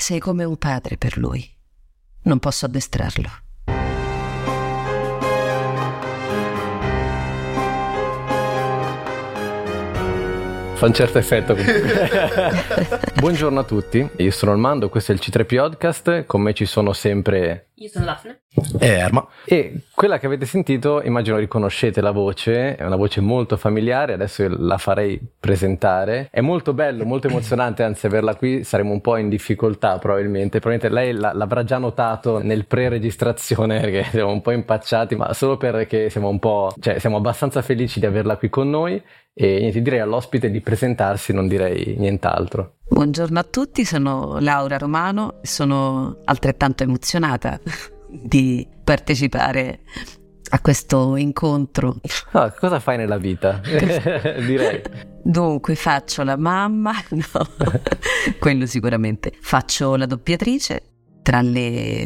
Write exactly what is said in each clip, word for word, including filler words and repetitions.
sei come un padre per lui. Non posso addestrarlo. Fa un certo effetto comunque. Buongiorno a tutti, io sono Armando, questo è il C tre Podcast, con me ci sono sempre... Io sono Daphne. E Erma. E quella che avete sentito, immagino riconoscete la voce, è una voce molto familiare, adesso la farei presentare. È molto bello, molto emozionante, anzi averla qui saremo un po' in difficoltà probabilmente. Probabilmente lei l- l'avrà già notato nel pre-registrazione, perché siamo un po' impacciati, ma solo perché siamo un po', cioè siamo abbastanza felici di averla qui con noi. E niente, direi all'ospite di presentarsi, non direi nient'altro. Buongiorno a tutti, sono Laura Romano e sono altrettanto emozionata di partecipare a questo incontro. Ah, cosa fai nella vita? Direi. Dunque, faccio la mamma, no, quello sicuramente. Faccio la doppiatrice, tra le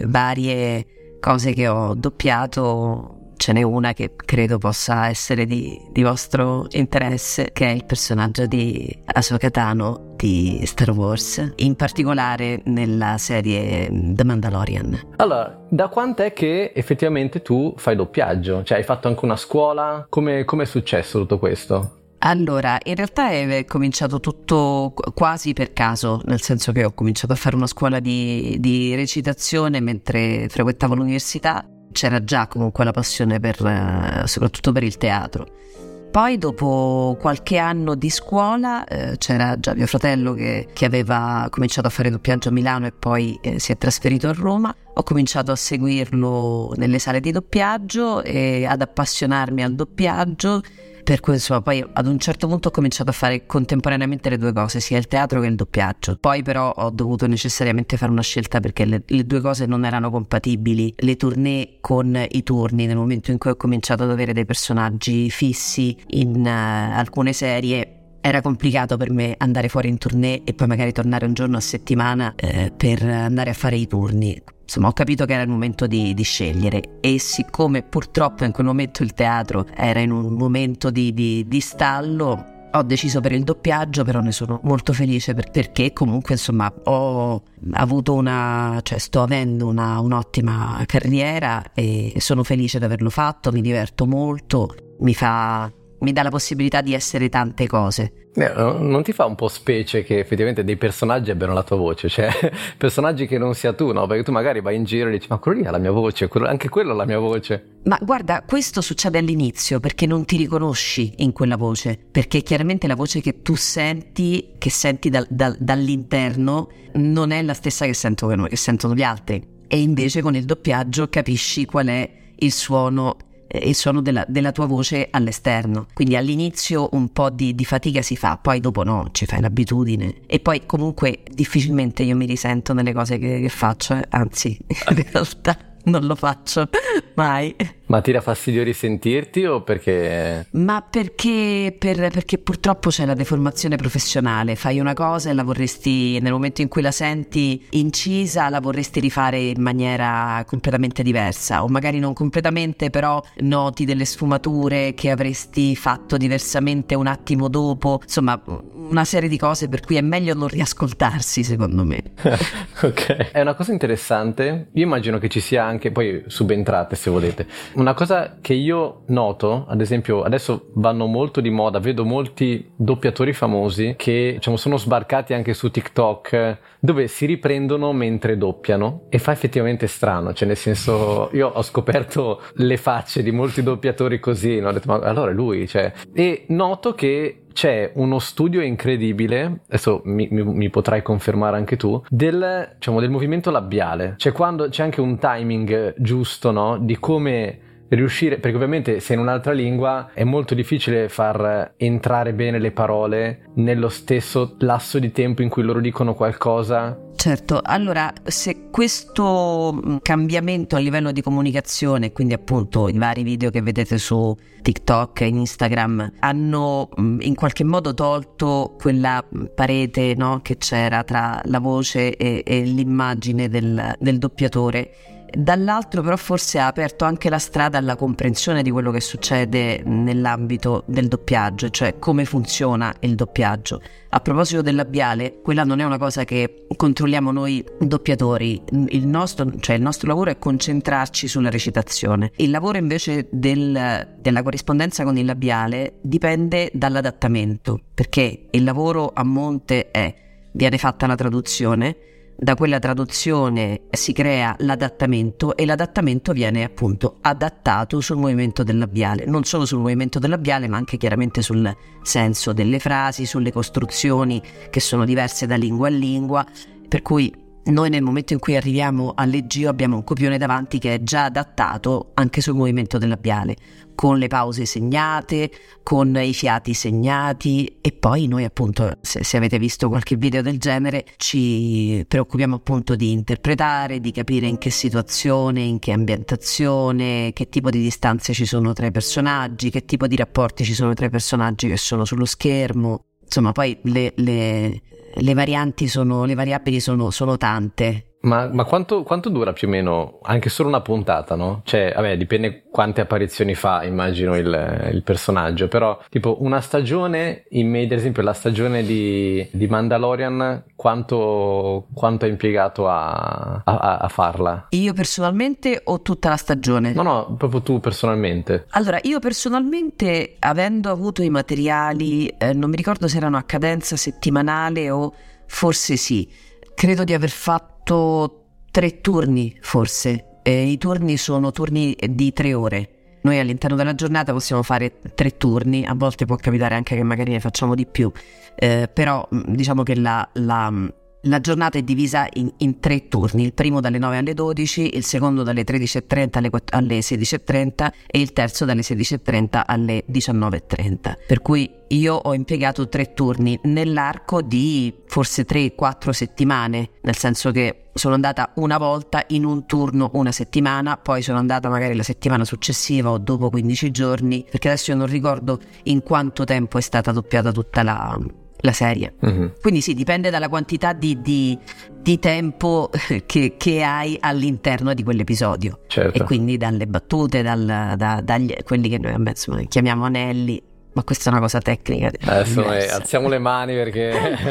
varie cose che ho doppiato. Ce n'è una che credo possa essere di, di vostro interesse, che è il personaggio di Ahsoka Tano di Star Wars, in particolare nella serie The Mandalorian. Allora, da quant'è che effettivamente tu fai doppiaggio? Cioè, hai fatto anche una scuola? Come è successo tutto questo? Allora, in realtà è cominciato tutto quasi per caso, nel senso che ho cominciato a fare una scuola di, di recitazione mentre frequentavo l'università. C'era già comunque la passione per, eh, soprattutto per il teatro. Poi dopo qualche anno di scuola eh, c'era già mio fratello che, che aveva cominciato a fare doppiaggio a Milano e poi eh, si è trasferito a Roma. Ho cominciato a seguirlo nelle sale di doppiaggio e ad appassionarmi al doppiaggio. Per cui insomma poi ad un certo punto ho cominciato a fare contemporaneamente le due cose, sia il teatro che il doppiaggio. Poi però ho dovuto necessariamente fare una scelta perché le, le due cose non erano compatibili, le tournée con i turni. Nel momento in cui ho cominciato ad avere dei personaggi fissi in uh, alcune serie, era complicato per me andare fuori in tournée e poi magari tornare un giorno a settimana eh, per andare a fare i turni. Insomma, ho capito che era il momento di, di scegliere, e siccome purtroppo in quel momento il teatro era in un momento di, di, di stallo, ho deciso per il doppiaggio. Però ne sono molto felice per, perché comunque insomma ho avuto una, cioè sto avendo una, un'ottima carriera e sono felice di averlo fatto, mi diverto molto, mi fa... mi dà la possibilità di essere tante cose. Eh, non ti fa un po' specie che effettivamente dei personaggi abbiano la tua voce? Cioè, personaggi che non sia tu, no? Perché tu magari vai in giro e dici, ma quello lì ha la mia voce, quello, anche quello ha la mia voce. Ma guarda, questo succede all'inizio perché non ti riconosci in quella voce, perché chiaramente la voce che tu senti, che senti dal, dal, dall'interno, non è la stessa che, sento, che sentono gli altri. E invece con il doppiaggio capisci qual è il suono il suono della, della tua voce all'esterno. Quindi all'inizio un po' di, di fatica si fa, poi dopo no, ci fai l'abitudine. E poi comunque difficilmente io mi risento nelle cose che, che faccio, eh. Anzi in realtà non lo faccio mai. Ma ti dà fastidio risentirti o perché? Ma perché, per, perché purtroppo c'è la deformazione professionale. Fai una cosa e la vorresti, nel momento in cui la senti incisa, la vorresti rifare in maniera completamente diversa, o magari non completamente, però noti delle sfumature che avresti fatto diversamente un attimo dopo. Insomma, una serie di cose per cui è meglio non riascoltarsi, secondo me. Ok, è una cosa interessante. Io immagino che ci sia anche, poi subentrate se volete, una cosa che io noto, ad esempio adesso vanno molto di moda, vedo molti doppiatori famosi che diciamo sono sbarcati anche su TikTok, dove si riprendono mentre doppiano, e fa effettivamente strano, cioè nel senso, io ho scoperto le facce di molti doppiatori così, no? Ho detto, ma allora è lui, cioè, e noto che c'è uno studio incredibile, adesso mi, mi, mi potrai confermare anche tu, del, diciamo, del movimento labiale. Cioè quando c'è anche un timing giusto, no? Di come riuscire, perché ovviamente se in un'altra lingua è molto difficile far entrare bene le parole nello stesso lasso di tempo in cui loro dicono qualcosa. Certo, allora se questo cambiamento a livello di comunicazione, quindi appunto i vari video che vedete su TikTok e Instagram, hanno in qualche modo tolto quella parete, no, che c'era tra la voce e, e l'immagine del, del doppiatore, dall'altro però forse ha aperto anche la strada alla comprensione di quello che succede nell'ambito del doppiaggio, cioè come funziona il doppiaggio. A proposito del labiale, quella non è una cosa che controlliamo noi doppiatori, il nostro, cioè il nostro lavoro è concentrarci sulla recitazione. Il lavoro invece del, della corrispondenza con il labiale dipende dall'adattamento, perché il lavoro a monte è, viene fatta la traduzione, da quella traduzione si crea l'adattamento e l'adattamento viene appunto adattato sul movimento del labiale, non solo sul movimento del labiale ma anche chiaramente sul senso delle frasi, sulle costruzioni che sono diverse da lingua a lingua, per cui noi nel momento in cui arriviamo al leggio abbiamo un copione davanti che è già adattato anche sul movimento del labiale, con le pause segnate, con i fiati segnati, e poi noi appunto, se, se avete visto qualche video del genere, ci preoccupiamo appunto di interpretare, di capire in che situazione, in che ambientazione, che tipo di distanze ci sono tra i personaggi, che tipo di rapporti ci sono tra i personaggi che sono sullo schermo. Insomma, poi le, le, le varianti sono, le variabili sono, sono tante. Ma, ma quanto, quanto dura più o meno anche solo una puntata, no? Cioè, vabbè, dipende quante apparizioni fa, immagino, il, il personaggio, però tipo una stagione, in media, ad esempio la stagione di, di Mandalorian, quanto, quanto hai impiegato a, a, a farla? Io personalmente o tutta la stagione? No, no, proprio tu personalmente. Allora, io personalmente, avendo avuto i materiali, eh, non mi ricordo se erano a cadenza settimanale o forse sì, credo di aver fatto tre turni forse, e i turni sono turni di tre ore. Noi all'interno della giornata possiamo fare tre turni, a volte può capitare anche che magari ne facciamo di più, eh, però diciamo che la, la, la giornata è divisa in, in tre turni: il primo dalle nove alle dodici, il secondo dalle tredici e trenta alle, alle sedici e trenta e il terzo dalle sedici e trenta alle diciannove e trenta, per cui io ho impiegato tre turni nell'arco di forse tre quattro settimane, nel senso che sono andata una volta in un turno una settimana, poi sono andata magari la settimana successiva o dopo quindici giorni, perché adesso io non ricordo in quanto tempo è stata doppiata tutta la, la serie. Uh-huh. Quindi sì, dipende dalla quantità di, di, di tempo che, che hai all'interno di quell'episodio. Certo. E quindi dalle battute, dal, da, dagli, quelli che noi insomma, chiamiamo anelli. Ma questa è una cosa tecnica. Adesso noi alziamo le mani perché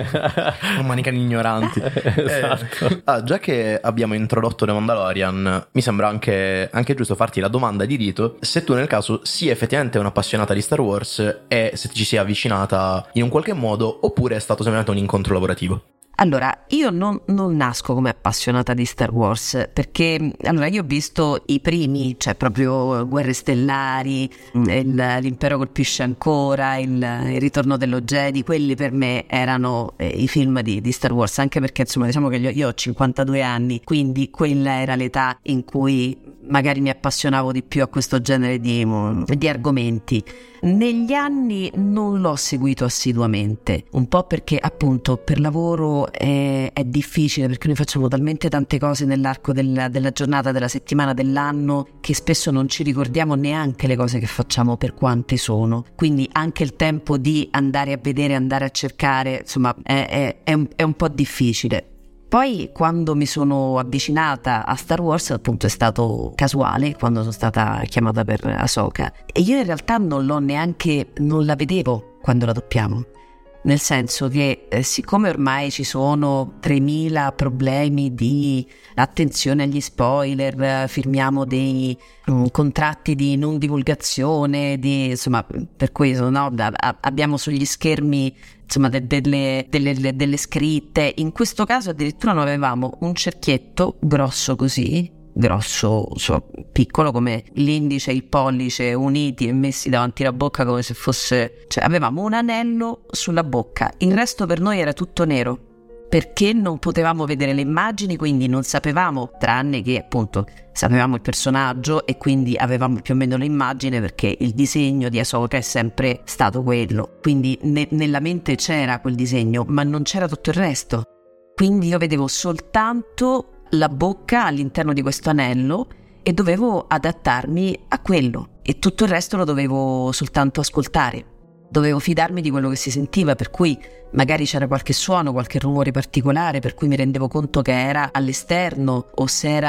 non manicani ignoranti. Esatto. Eh, ah, già che abbiamo introdotto The Mandalorian, mi sembra anche, anche giusto farti la domanda di rito: se tu nel caso sia effettivamente un'appassionata di Star Wars e se ti ci sia avvicinata in un qualche modo, oppure è stato semplicemente un incontro lavorativo. Allora, io non, non nasco come appassionata di Star Wars, perché allora io ho visto i primi, cioè proprio Guerre Stellari, il, l'Impero colpisce ancora, il, il Ritorno dello Jedi, quelli per me erano eh, i film di, di Star Wars, anche perché insomma diciamo che io, io ho cinquantadue anni, quindi quella era l'età in cui magari mi appassionavo di più a questo genere di, di argomenti. Negli anni non l'ho seguito assiduamente, un po' perché appunto per lavoro è, è difficile, perché noi facciamo talmente tante cose nell'arco del, della giornata, della settimana, dell'anno, che spesso non ci ricordiamo neanche le cose che facciamo per quante sono, quindi anche il tempo di andare a vedere, andare a cercare, insomma è, è, è, un, è un po' difficile. Poi quando mi sono avvicinata a Star Wars appunto è stato casuale, quando sono stata chiamata per Ahsoka, e io in realtà non l'ho neanche, non la vedevo quando la doppiamo, nel senso che eh, siccome ormai ci sono tremila problemi di attenzione agli spoiler, eh, firmiamo dei um, contratti di non divulgazione, di, insomma, per cui no, da, a, abbiamo sugli schermi insomma de, delle, delle, delle scritte. In questo caso addirittura noi avevamo un cerchietto grosso così, grosso, so, piccolo come l'indice e il pollice uniti e messi davanti alla bocca come se fosse, cioè avevamo un anello sulla bocca, il resto per noi era tutto nero, perché non potevamo vedere le immagini, quindi non sapevamo, tranne che appunto sapevamo il personaggio e quindi avevamo più o meno l'immagine, perché il disegno di Ahsoka è sempre stato quello, quindi ne, nella mente c'era quel disegno, ma non c'era tutto il resto, quindi io vedevo soltanto la bocca all'interno di questo anello e dovevo adattarmi a quello, e tutto il resto lo dovevo soltanto ascoltare, dovevo fidarmi di quello che si sentiva, per cui magari c'era qualche suono, qualche rumore particolare per cui mi rendevo conto che era all'esterno o se era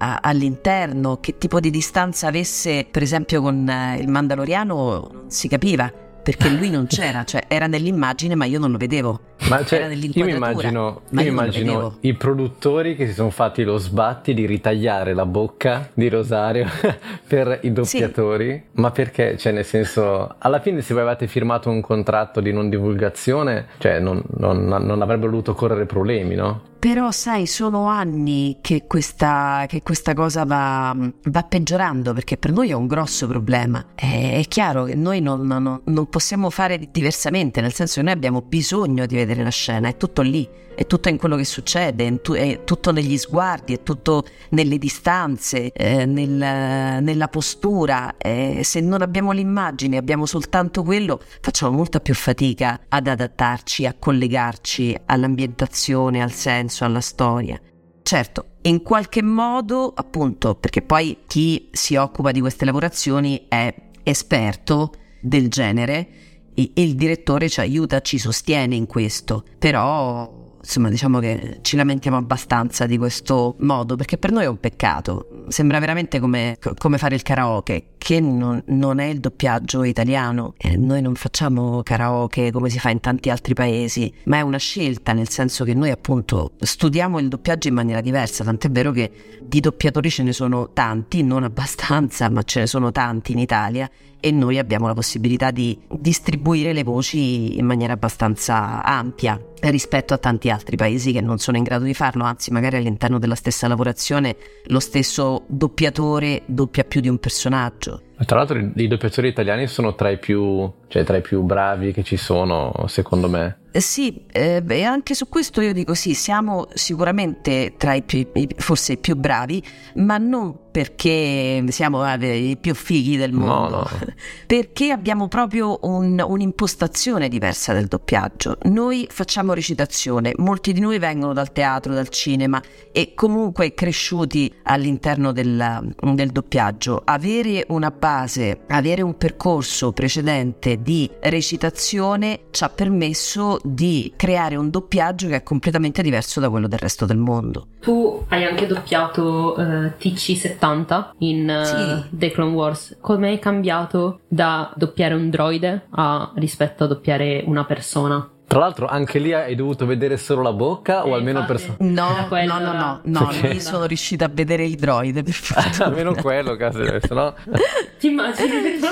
a, all'interno, che tipo di distanza avesse per esempio con eh, il Mandaloriano non si capiva, perché lui non c'era, cioè era nell'immagine ma io non lo vedevo. Ma cioè, era io mi immagino, ma io io non lo immagino vedevo. i produttori che si sono fatti lo sbatti di ritagliare la bocca di Rosario per i doppiatori, sì. Ma perché? Cioè, nel senso, alla fine se voi avevate firmato un contratto di non divulgazione, cioè non, non, non avrebbero dovuto correre problemi, no? Però sai, sono anni che questa, che questa cosa va, va peggiorando, perché per noi è un grosso problema. È, è chiaro che noi non, non, non possiamo fare diversamente, nel senso che noi abbiamo bisogno di vedere la scena, è tutto lì, è tutto in quello che succede, è, tu, è tutto negli sguardi, è tutto nelle distanze, eh, nel, nella postura. Eh, se non abbiamo l'immagine, abbiamo soltanto quello, facciamo molta più fatica ad adattarci, a collegarci all'ambientazione, al senso, alla storia. Certo, in qualche modo, appunto, perché poi chi si occupa di queste lavorazioni è esperto del genere e il direttore ci aiuta, ci sostiene in questo, però insomma diciamo che ci lamentiamo abbastanza di questo modo, perché per noi è un peccato, sembra veramente come, come fare il karaoke, che non, non è il doppiaggio italiano. Eh, noi non facciamo karaoke come si fa in tanti altri paesi, ma è una scelta, nel senso che noi appunto studiamo il doppiaggio in maniera diversa, tant'è vero che di doppiatori ce ne sono tanti, non abbastanza, ma ce ne sono tanti in Italia, e noi abbiamo la possibilità di distribuire le voci in maniera abbastanza ampia rispetto a tanti altri paesi che non sono in grado di farlo, anzi magari all'interno della stessa lavorazione lo stesso doppiatore doppia più di un personaggio. Tra l'altro i doppiatori italiani sono tra i più, cioè tra i più bravi che ci sono, secondo me. Eh sì, eh, e anche su questo io dico sì, siamo sicuramente tra i più, forse i più bravi, ma non perché siamo eh, i più fighi del mondo, no, no. Perché abbiamo proprio un, un'impostazione diversa del doppiaggio. Noi facciamo recitazione, molti di noi vengono dal teatro, dal cinema e comunque cresciuti all'interno del, del doppiaggio. Avere una base, avere un percorso precedente di recitazione ci ha permesso di creare un doppiaggio che è completamente diverso da quello del resto del mondo. Tu hai anche doppiato uh, T C settanta in uh, sì. The Clone Wars. Come è cambiato da doppiare un droide a rispetto a doppiare una persona? Tra l'altro anche lì hai dovuto vedere solo la bocca eh, o almeno infatti. per... No, quello, no, no, no, no, perché... lì sono riuscita a vedere il droide, per fortuna. almeno quello, cazzo, se no... Ti immagini?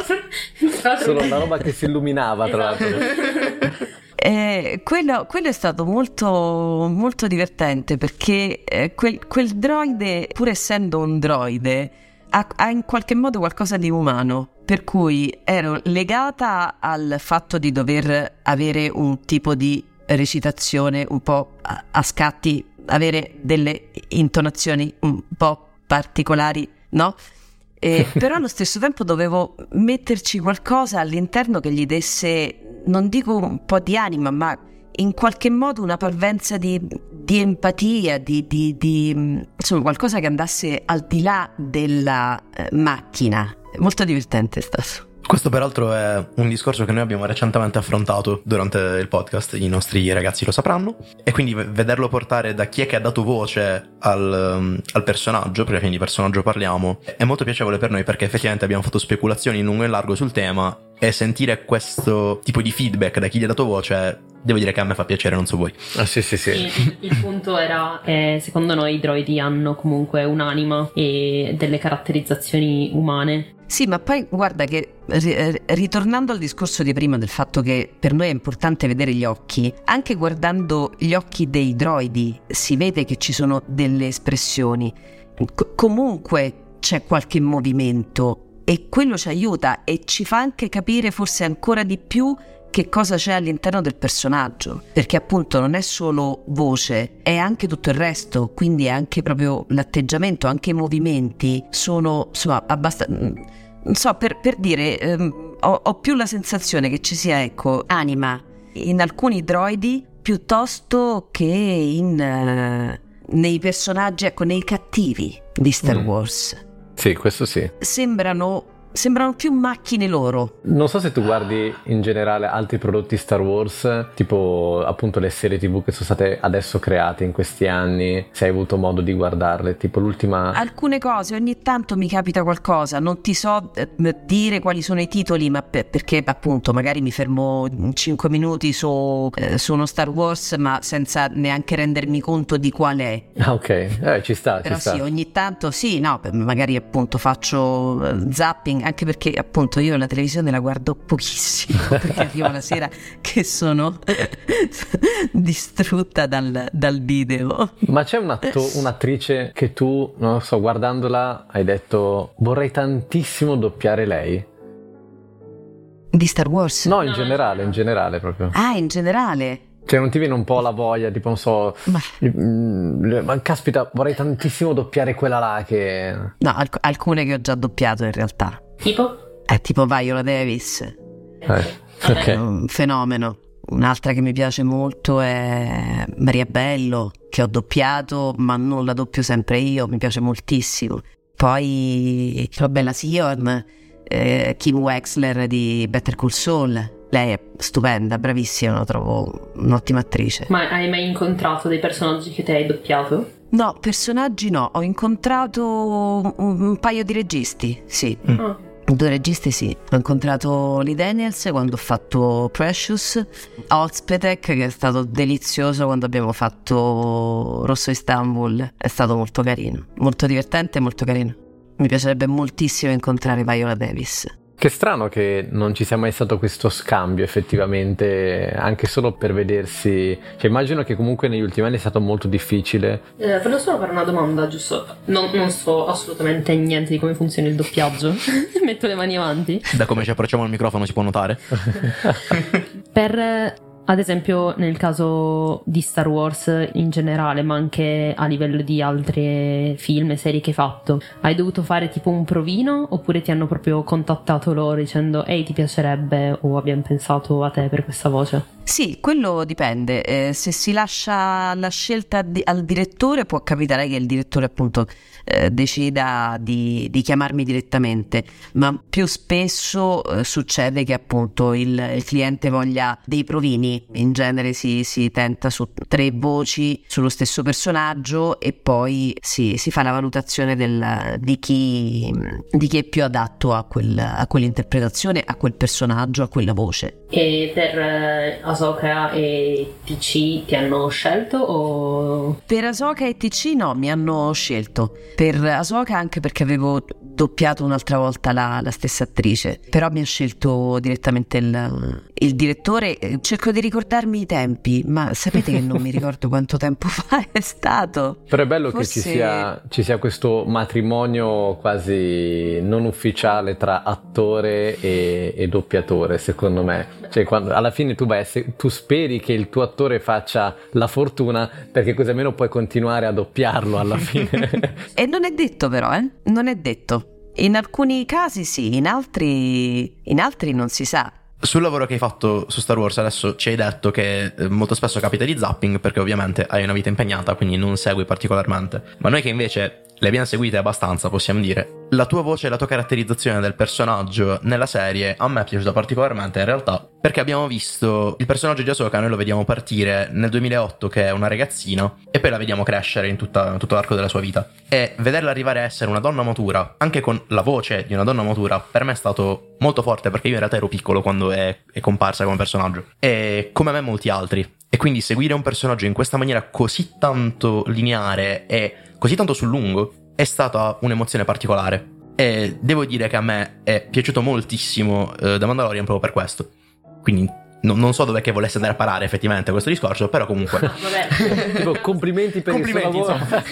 Solo una roba che si illuminava, tra esatto. l'altro. Eh, quello, quello è stato molto, molto divertente, perché eh, quel, quel droide, pur essendo un droide, ha, ha in qualche modo qualcosa di umano, per cui ero legata al fatto di dover avere un tipo di recitazione un po' a, a scatti, avere delle intonazioni un po' particolari, no? Eh, però allo stesso tempo dovevo metterci qualcosa all'interno che gli desse, non dico un po' di anima, ma in qualche modo una parvenza di, di empatia, di, di, di insomma qualcosa che andasse al di là della eh, macchina. Molto divertente è stato. Questo peraltro è un discorso che noi abbiamo recentemente affrontato durante il podcast, i nostri ragazzi lo sapranno, e quindi vederlo portare da chi è che ha dato voce al, um, al personaggio, perché quindi di personaggio parliamo, è molto piacevole per noi, perché effettivamente abbiamo fatto speculazioni in lungo e in largo sul tema, e sentire questo tipo di feedback da chi gli ha dato voce, devo dire che a me fa piacere, non so voi. Ah sì sì sì. Il, il punto era che secondo noi i droidi hanno comunque un'anima e delle caratterizzazioni umane. Sì, ma poi guarda che ritornando al discorso di prima del fatto che per noi è importante vedere gli occhi, anche guardando gli occhi dei droidi si vede che ci sono delle espressioni, C- comunque c'è qualche movimento e quello ci aiuta e ci fa anche capire forse ancora di più che cosa c'è all'interno del personaggio, perché appunto non è solo voce, è anche tutto il resto, quindi è anche proprio l'atteggiamento, anche i movimenti sono insomma abbastanza, non so, per, per dire ehm, ho, ho più la sensazione che ci sia, ecco, anima in alcuni droidi piuttosto che in uh, nei personaggi, ecco, nei cattivi di Star mm. Wars. Sì, questo sì. Sembrano sembrano più macchine loro. Non so se tu guardi in generale altri prodotti Star Wars, tipo appunto le serie tv che sono state adesso create in questi anni, se hai avuto modo di guardarle, tipo l'ultima... Alcune cose, ogni tanto mi capita qualcosa, non ti so eh, dire quali sono i titoli, ma per, perché appunto magari mi fermo cinque minuti su, eh, su uno Star Wars, ma senza neanche rendermi conto di qual è. Ah, ok, eh, ci sta, Però ci sta. sì, ogni tanto sì, no, magari appunto faccio uh, zapping, anche perché appunto io la televisione la guardo pochissimo, perché arrivo la sera che sono distrutta dal, dal video. Ma c'è un atto, un'attrice che tu, non lo so, guardandola hai detto vorrei tantissimo doppiare lei? Di Star Wars? No, in generale, in generale proprio. Ah, in generale? Cioè non ti viene un po' la voglia, tipo non so, Ma, ma caspita, vorrei tantissimo doppiare quella là che... no, alc- alcune che ho già doppiato in realtà. Tipo? È tipo Viola Davis, Eh, è ok. un fenomeno. Un'altra che mi piace molto è Maria Bello, che ho doppiato, ma non la doppio sempre io, mi piace moltissimo. Poi, vabbè, la Sion, eh, Kim Wexler di Better Call Saul. Lei è stupenda, bravissima, la trovo un'ottima attrice. Ma hai mai incontrato dei personaggi che te hai doppiato? No, personaggi no, ho incontrato un, un paio di registi, sì. Ah. Due registi sì, ho incontrato Lee Daniels quando ho fatto Precious, Ozpetek che è stato delizioso quando abbiamo fatto Rosso Istanbul, è stato molto carino, molto divertente e molto carino. Mi piacerebbe moltissimo incontrare Viola Davis. Che strano che non ci sia mai stato questo scambio effettivamente, anche solo per vedersi. Cioè immagino che comunque negli ultimi anni è stato molto difficile. Eh, volevo solo fare una domanda, giusto? Non, non so assolutamente niente di come funziona il doppiaggio. Metto le mani avanti. Da come ci approcciamo al microfono si può notare. Per, ad esempio, nel caso di Star Wars in generale, ma anche a livello di altre film e serie che hai fatto, hai dovuto fare tipo un provino oppure ti hanno proprio contattato loro dicendo ehi ti piacerebbe o abbiamo pensato a te per questa voce? Sì, quello dipende, eh, se si lascia la scelta di- al direttore può capitare che il direttore appunto eh, decida di, di chiamarmi direttamente, ma più spesso eh, succede che appunto il, il cliente voglia dei provini, in genere si, si tenta su tre voci sullo stesso personaggio e poi si, si fa la valutazione del, di, chi, di chi è più adatto a, quel, a quell'interpretazione, a quel personaggio, a quella voce. E per eh, Ahsoka e T C ti hanno scelto o... Per Ahsoka e T C no, mi hanno scelto. Per Ahsoka anche perché avevo doppiato un'altra volta la, la stessa attrice, però mi ha scelto direttamente il, il direttore. Cerco di ricordarmi i tempi, ma sapete che non mi ricordo quanto tempo fa è stato. Però è bello Forse... che ci sia, ci sia questo matrimonio quasi non ufficiale tra attore e, e doppiatore, secondo me. Cioè, quando, alla fine tu, vai a se- tu speri che il tuo attore faccia la fortuna, perché così almeno puoi continuare a doppiarlo alla fine. E non è detto però, eh? Non è detto. In alcuni casi sì, in altri, in altri non si sa. Sul lavoro che hai fatto su Star Wars adesso ci hai detto che eh, molto spesso capita di zapping perché ovviamente hai una vita impegnata, quindi non segui particolarmente. Ma noi che invece le abbiamo seguite abbastanza, possiamo dire, la tua voce e la tua caratterizzazione del personaggio nella serie a me è piaciuta particolarmente in realtà, perché abbiamo visto il personaggio di Ahsoka, noi lo vediamo partire nel duemilaotto che è una ragazzina e poi la vediamo crescere in tutta, tutto l'arco della sua vita, e vederla arrivare a essere una donna matura anche con la voce di una donna matura per me è stato molto forte, perché io in realtà ero piccolo quando è, è comparsa come personaggio, e come me molti altri, e quindi seguire un personaggio in questa maniera così tanto lineare e così tanto sul lungo è stata un'emozione particolare, e devo dire che a me è piaciuto moltissimo eh, The Mandalorian proprio per questo. Quindi no, non so dove che volesse andare a parare effettivamente questo discorso, però comunque Vabbè. Tipo, complimenti per complimenti, il suo lavoro.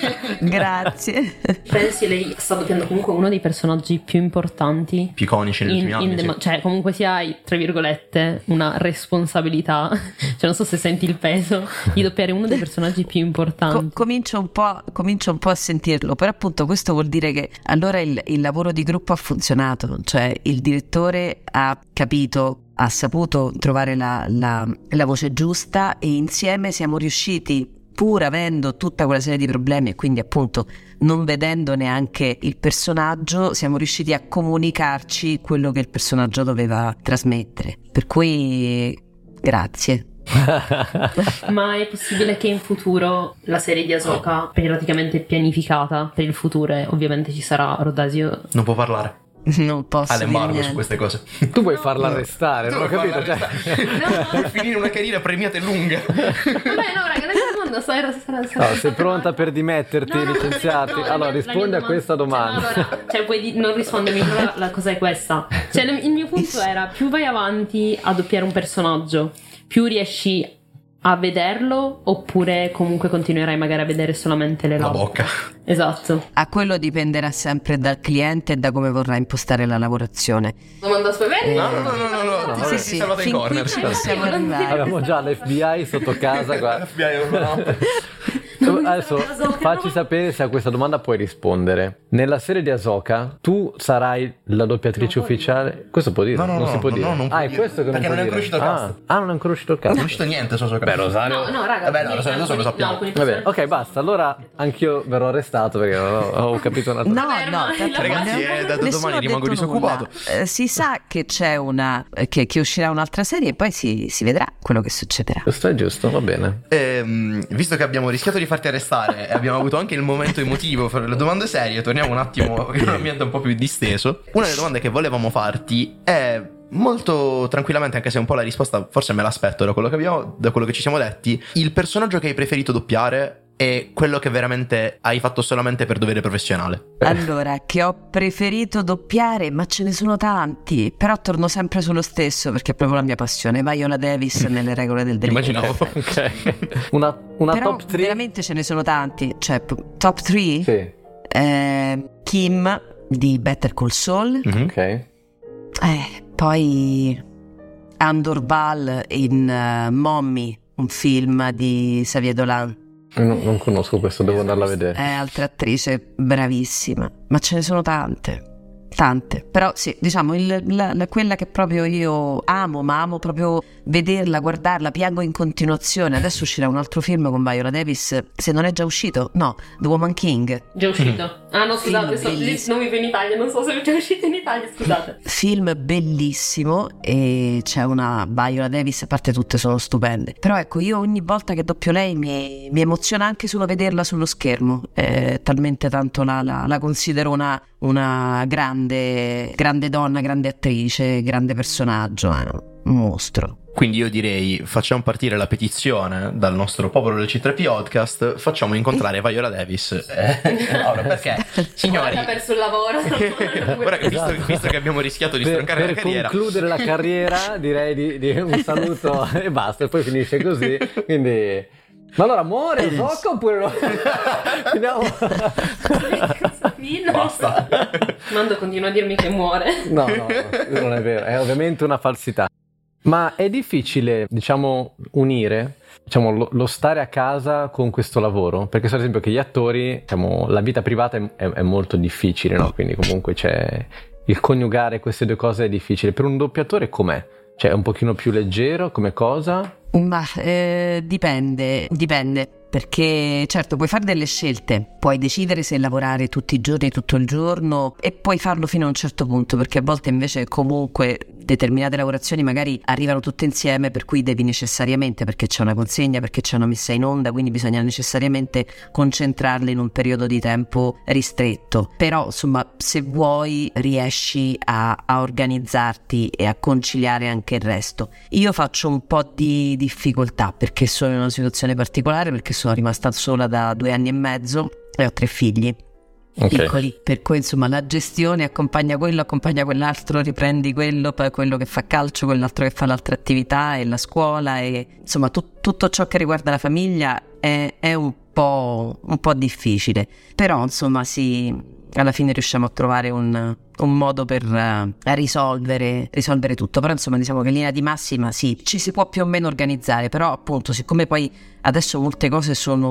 Grazie. Pensi lei sta doppiando comunque uno dei personaggi più importanti più iconici negli in, ultimi in anni, The sì. Ma- cioè comunque sia hai tra virgolette una responsabilità, cioè non so se senti il peso di doppiare uno dei personaggi più importanti. Co- comincio, un po', comincio un po' a sentirlo, però appunto questo vuol dire che allora il, il lavoro di gruppo ha funzionato, cioè il direttore ha capito, ha saputo trovare la, la, la voce giusta e insieme siamo riusciti pur avendo tutta quella serie di problemi e quindi appunto non vedendo neanche il personaggio, siamo riusciti a comunicarci quello che il personaggio doveva trasmettere. Per cui grazie. Ma è possibile che in futuro la serie di Ahsoka è praticamente pianificata per il futuro e ovviamente ci sarà Rodasio? Non può parlare. Non posso dire All'embargo niente su queste cose. Tu vuoi farla arrestare, non ho capito, cioè... Per finire una carriera premiata e lunga. Vabbè, no, raga, nel mondo sarà, sarà, sarà No, sei pronta per dimetterti, no, no, licenziarti? no, allora, la mia rispondi a domanda- questa domanda. Cioè, no, allora, cioè, puoi di- non rispondermi, però la, la cosa è questa. Cioè, le- il mio punto era, più vai avanti a doppiare un personaggio, più riesci a vederlo, oppure comunque continuerai magari a vedere solamente le La labbra. bocca. Esatto. A quello dipenderà sempre dal cliente e da come vorrà impostare la lavorazione. Domanda spaventa? No, no, no, no, no, no, Sì, ti sì, salvate in fin corner. qui ci possiamo arrivare. Abbiamo già l'F B I sotto casa, guarda. F B I non lo- Adesso facci sapere se a questa domanda puoi rispondere. Nella serie di Ahsoka tu sarai la doppiatrice ufficiale? Questo può dire? No, no, non no, si può no, dire. no, non può ah, è dire. questo che Perché non non può è dire. ancora uscito il ah. cast. ah, non è ancora uscito il cast. Non è uscito niente, so, so Beh, Rosario. No, no, raga. Vabbè, no, lo so, adesso lo sappiamo. alcuni Vabbè, personaggi- ok, basta. Allora anch'io verrò arrestato perché ho, ho capito una cosa. No, Vabbè, no, ormai tanto la- Ragazzi, abbiamo- eh, da nessuno domani ha rimango detto disoccupato. nulla. Eh, si sa che c'è una che, che uscirà un'altra serie e poi si, si vedrà quello che succederà. Giusto, è giusto, va bene. Ehm, visto che abbiamo rischiato di farti arrestare e abbiamo avuto anche il momento emotivo per le domande serie, torniamo un attimo in un ambiente un po' più disteso. Una delle domande che volevamo farti è molto tranquillamente, anche se un po' la risposta forse me l'aspetto da quello che abbiamo, da quello che ci siamo detti, il personaggio che hai preferito doppiare è quello che veramente hai fatto solamente per dovere professionale. Allora, che ho preferito doppiare, ma ce ne sono tanti, però torno sempre sullo stesso perché è proprio la mia passione. Viola Davis nelle regole del delitto. Immaginavo. Ok. Una, una Però top tre? veramente ce ne sono tanti, cioè p- top tre, Sì. eh, Kim di Better Call Saul, Mhm. Ok. eh, poi Andor Val in uh, Mommy, un film di Xavier Dolan. Non, non conosco questo, devo andarla a vedere. È altra attrice bravissima, ma ce ne sono tante, tante. Però sì, diciamo il- la- la- quella che proprio io amo, ma amo proprio vederla, guardarla, piango in continuazione. Adesso uscirà un altro film con Viola Davis, se non è già uscito, no, The Woman King. Già uscito. Ah no, scusate, so, lì bellissimo. non vivo in Italia, non so se è già uscito in Italia, scusate. Film bellissimo e c'è una Viola Davis, a parte tutte sono stupende. Però ecco, io ogni volta che doppio lei mi, mi emoziona anche solo vederla sullo schermo. Eh, talmente tanto la, la, la considero una, una grande, grande donna, grande attrice, grande personaggio, eh, un mostro. Quindi io direi facciamo partire la petizione dal nostro popolo del C tre P Podcast, facciamo incontrare Viola Davis. Eh, Laura, perché signori, Ha perso il lavoro. ora che visto, visto che abbiamo rischiato di Per, stroncare per la carriera, concludere la carriera direi di, di un saluto e basta, e poi finisce così. Quindi, ma allora muore Ahsoka oppure no? Finiamo. basta. Mando continua a dirmi che muore. No, no, no, non è vero, è ovviamente una falsità. Ma è difficile, diciamo, unire, diciamo, lo, lo stare a casa con questo lavoro? Perché so ad esempio che gli attori, diciamo, la vita privata è, è, è molto difficile, no? Quindi comunque c'è il coniugare queste due cose è difficile. Per un doppiatore com'è? Cioè è un pochino più leggero come cosa? Ma eh, dipende, dipende, perché certo puoi fare delle scelte, puoi decidere se lavorare tutti i giorni, tutto il giorno e puoi farlo fino a un certo punto, perché a volte invece comunque determinate lavorazioni magari arrivano tutte insieme, per cui devi necessariamente, perché c'è una consegna, perché c'è una messa in onda, quindi bisogna necessariamente concentrarle in un periodo di tempo ristretto. Però insomma, se vuoi riesci a, a organizzarti e a conciliare anche il resto. Io faccio un po' di difficoltà perché sono in una situazione particolare, perché sono rimasta sola da due anni e mezzo e ho tre figli. Ok. Piccoli, per cui insomma la gestione accompagna quello, accompagna quell'altro, riprendi quello, poi quello che fa calcio, quell'altro che fa l'altra attività e la scuola e insomma tu, tutto ciò che riguarda la famiglia è, è un po', un po' difficile, però insomma sì, alla fine riusciamo a trovare un, un modo per uh, risolvere, risolvere tutto. Però insomma diciamo che in linea di massima sì, ci si può più o meno organizzare, però appunto siccome poi adesso molte cose sono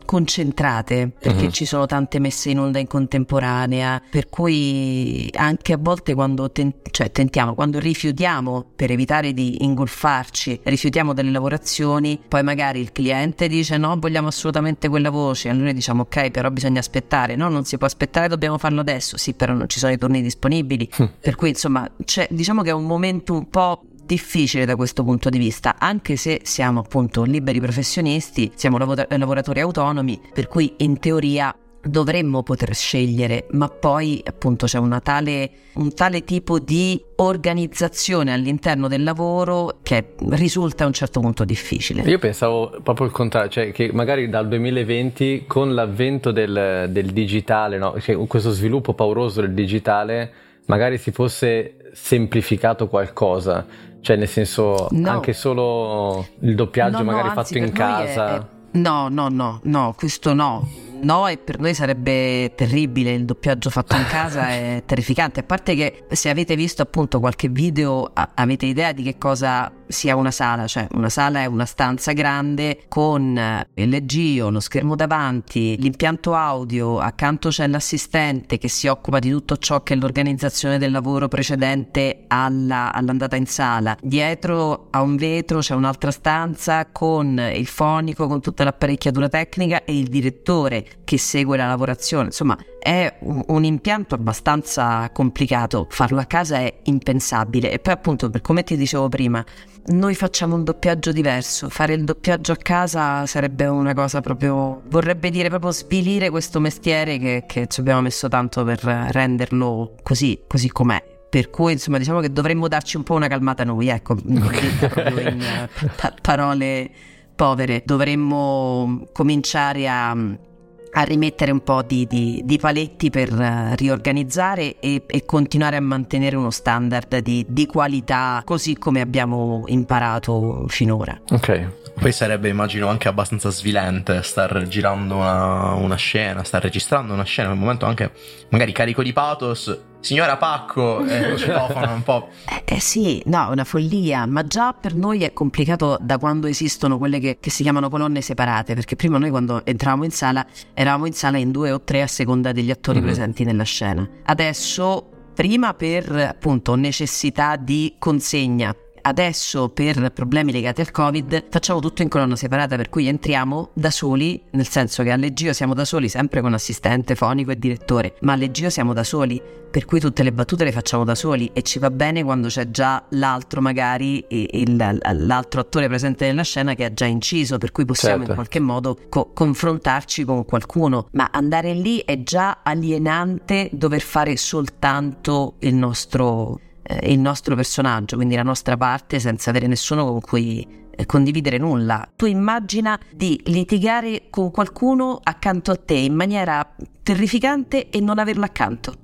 concentrate, perché mm-hmm. ci sono tante messe in onda in contemporanea, per cui anche a volte quando ten- cioè tentiamo, quando rifiutiamo per evitare di ingolfarci, rifiutiamo delle lavorazioni, poi magari il cliente dice no, vogliamo assolutamente quella voce, e noi diciamo ok, però bisogna aspettare, no, non si può aspettare, dobbiamo farlo adesso, sì, però non ci sono i turni disponibili, per cui insomma c'è, diciamo che è un momento un po' difficile da questo punto di vista, anche se siamo appunto liberi professionisti, siamo lav- lavoratori autonomi, per cui in teoria dovremmo poter scegliere, ma poi appunto c'è una tale, un tale tipo di organizzazione all'interno del lavoro che risulta a un certo punto difficile. Io pensavo proprio il contrario, cioè che magari dal duemilaventi, con l'avvento del, del digitale, no? Cioè, questo sviluppo pauroso del digitale, magari si fosse semplificato qualcosa, cioè nel senso no. anche solo il doppiaggio no, magari no, anzi, fatto in casa. È, è... No, no, no, no, questo no. No, e per noi sarebbe terribile, il doppiaggio fatto in casa è terrificante, a parte che se avete visto appunto qualche video a- avete idea di che cosa sia una sala, cioè una sala è una stanza grande con L G, uno schermo davanti, l'impianto audio, accanto c'è l'assistente che si occupa di tutto ciò che è l'organizzazione del lavoro precedente alla, all'andata in sala, dietro a un vetro c'è un'altra stanza con il fonico, con tutta l'apparecchiatura tecnica e il direttore che segue la lavorazione, insomma è un, un impianto abbastanza complicato, farlo a casa è impensabile. E poi appunto, per come ti dicevo prima, noi facciamo un doppiaggio diverso, fare il doppiaggio a casa sarebbe una cosa proprio, vorrebbe dire proprio svilire questo mestiere che, che ci abbiamo messo tanto per renderlo così, così com'è. Per cui insomma diciamo che dovremmo darci un po' una calmata noi, ecco, okay. Proprio in uh, pa- parole povere, dovremmo cominciare a a rimettere un po' di, di, di paletti per uh, riorganizzare e, e continuare a mantenere uno standard di, di qualità così come abbiamo imparato finora. Ok. Poi sarebbe, immagino, anche abbastanza svilente star girando una, una scena, star registrando una scena, nel momento anche magari carico di pathos, signora Pacco, e lo citofono un po'. Eh, eh sì, no, è una follia, ma già per noi è complicato da quando esistono quelle che, che si chiamano colonne separate, perché prima noi quando entravamo in sala eravamo in sala in due o tre a seconda degli attori mm-hmm. presenti nella scena. Adesso, prima per appunto necessità di consegna, adesso per problemi legati al Covid facciamo tutto in colonna separata, per cui entriamo da soli, nel senso che alle Gio siamo da soli, sempre con assistente, fonico e direttore, ma alle Gio siamo da soli, per cui tutte le battute le facciamo da soli e ci va bene quando c'è già l'altro magari il, l'altro attore presente nella scena che ha già inciso, per cui possiamo certo. in qualche modo co- confrontarci con qualcuno, ma andare lì è già alienante dover fare soltanto il nostro il nostro personaggio, quindi la nostra parte, senza avere nessuno con cui condividere nulla. Tu immagina di litigare con qualcuno accanto a te in maniera terrificante e non averlo accanto.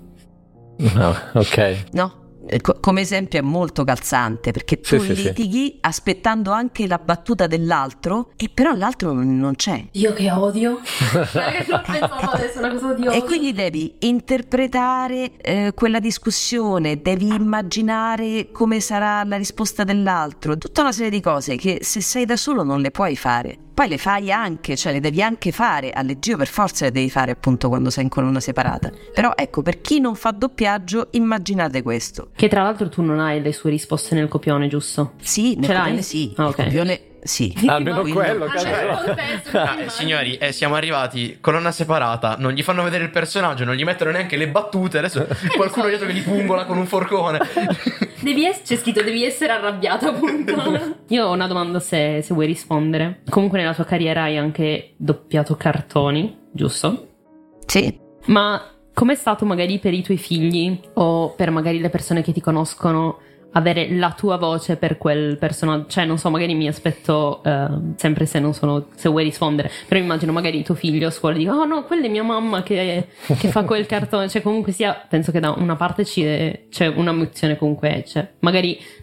No, ok. No? Come esempio è molto calzante, perché tu sì, litighi sì, sì. aspettando anche la battuta dell'altro e però l'altro non c'è. Io che odio. L'ho pensato adesso, una cosa di odio. E quindi devi interpretare eh, quella discussione, devi immaginare come sarà la risposta dell'altro, tutta una serie di cose che se sei da solo non le puoi fare. Poi le fai anche, cioè le devi anche fare, alle Gio per forza le devi fare appunto quando sei in colonna separata. Però ecco, per chi non fa doppiaggio, immaginate questo. Che tra l'altro tu non hai le sue risposte nel copione, giusto? Sì, nel Ce copione l'hai? sì, Ah, nel okay. copione sì. Almeno quello, ah, signori, eh, siamo arrivati colonna separata, non gli fanno vedere il personaggio, non gli mettono neanche le battute, adesso qualcuno dietro che li pungola con un forcone. Devi es- c'è scritto devi essere arrabbiato, appunto. Io ho una domanda, se, se vuoi rispondere. Comunque nella tua carriera hai anche doppiato cartoni, giusto? Sì. Ma com'è stato magari per i tuoi figli o per magari le persone che ti conoscono avere la tua voce per quel personaggio? Cioè non so, magari mi aspetto uh, sempre, se non sono, se vuoi rispondere, però immagino magari tuo figlio a scuola dica oh no, quella è mia mamma che, che fa quel cartone, cioè comunque sia, penso che da una parte ci, c'è una emozione, comunque cioè, magari non so,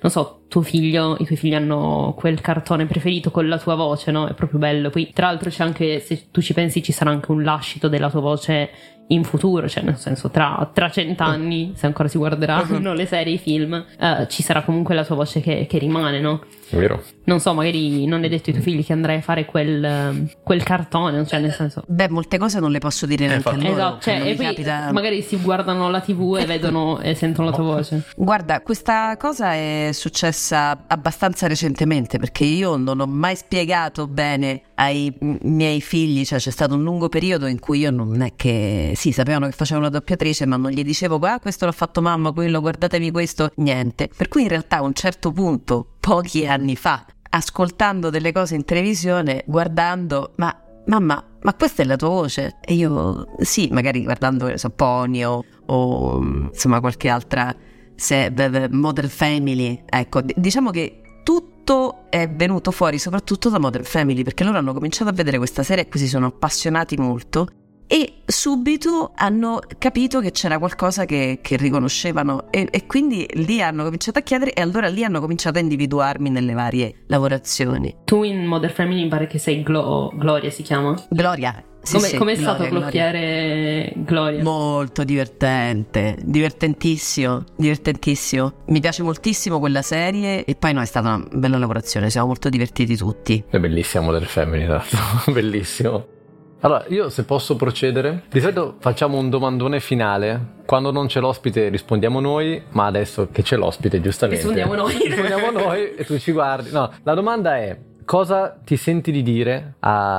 tuo figlio, i tuoi figli hanno quel cartone preferito con la tua voce, no? È proprio bello. Poi tra l'altro c'è anche, se tu ci pensi, ci sarà anche un lascito della tua voce in futuro, cioè nel senso tra, tra cent'anni, se ancora si guarderanno le serie, i film, uh, ci sarà comunque la tua voce che, che rimane, no? È vero. Non so, magari non hai detto ai tuoi figli che andrai a fare quel, quel cartone, cioè nel senso... Beh, molte cose non le posso dire neanche a loro. Esatto, cioè, e poi capita... magari si guardano la tivù e vedono e sentono la tua voce. Guarda, questa cosa è successa abbastanza recentemente, perché io non ho mai spiegato bene ai miei figli, cioè c'è stato un lungo periodo in cui io non è che sì, sapevano che facevo una doppiatrice, ma non gli dicevo ah questo l'ha fatto mamma, quello guardatevi questo, niente. Per cui in realtà a un certo punto, pochi anni fa, ascoltando delle cose in televisione, guardando, ma mamma, ma questa è la tua voce? E io sì, magari guardando so, Pony o, o insomma qualche altra se, Modern Family, ecco, d- diciamo che tutto è venuto fuori soprattutto da Modern Family, perché loro hanno cominciato a vedere questa serie e qui si sono appassionati molto e subito hanno capito che c'era qualcosa che, che riconoscevano e, e quindi lì hanno cominciato a chiedere e allora lì hanno cominciato a individuarmi nelle varie lavorazioni. Tu in Modern Family mi pare che sei Glo- Gloria, si chiama? Gloria. Sì, come sì, com'è Gloria, stato glocchiare Gloria? Gloria? Molto divertente, divertentissimo, divertentissimo. Mi piace moltissimo quella serie e poi no, è stata una bella lavorazione, siamo molto divertiti tutti. È bellissima Modern Family, esatto, bellissimo. Allora, io se posso procedere, di solito facciamo un domandone finale. Quando non c'è l'ospite rispondiamo noi, ma adesso che c'è l'ospite, giustamente rispondiamo noi. Rispondiamo noi e tu ci guardi. No, la domanda è: cosa ti senti di dire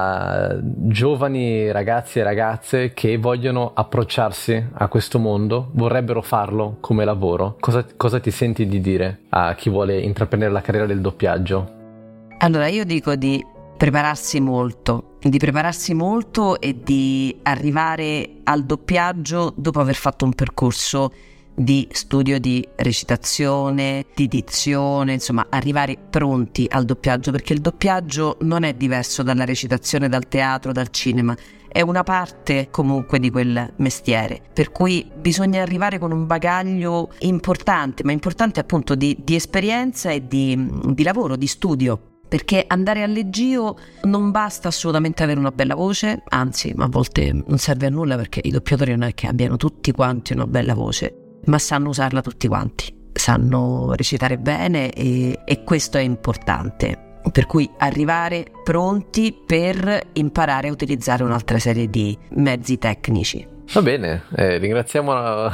a giovani ragazzi e ragazze che vogliono approcciarsi a questo mondo, vorrebbero farlo come lavoro? Cosa, cosa ti senti di dire a chi vuole intraprendere la carriera del doppiaggio? Allora, io dico di prepararsi molto, di prepararsi molto e di arrivare al doppiaggio dopo aver fatto un percorso di studio di recitazione, di dizione, insomma arrivare pronti al doppiaggio, perché il doppiaggio non è diverso dalla recitazione, dal teatro, dal cinema, è una parte comunque di quel mestiere, per cui bisogna arrivare con un bagaglio importante, ma importante appunto di, di esperienza e di, di lavoro, di studio. Perché andare al leggio non basta assolutamente avere una bella voce, anzi a volte non serve a nulla perché i doppiatori non è che abbiano tutti quanti una bella voce, ma sanno usarla tutti quanti, sanno recitare bene e, e questo è importante. Per cui arrivare pronti per imparare a utilizzare un'altra serie di mezzi tecnici. Va bene, eh, ringraziamo la...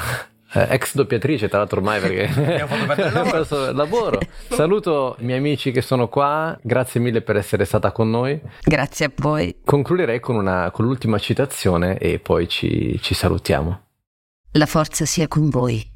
ex doppiatrice tra l'altro ormai perché abbiamo fatto il lavoro. Saluto i miei amici che sono qua, grazie mille per essere stata con noi. Grazie a voi. Concluderei con, una, con l'ultima citazione e poi ci, ci salutiamo. La forza sia con voi.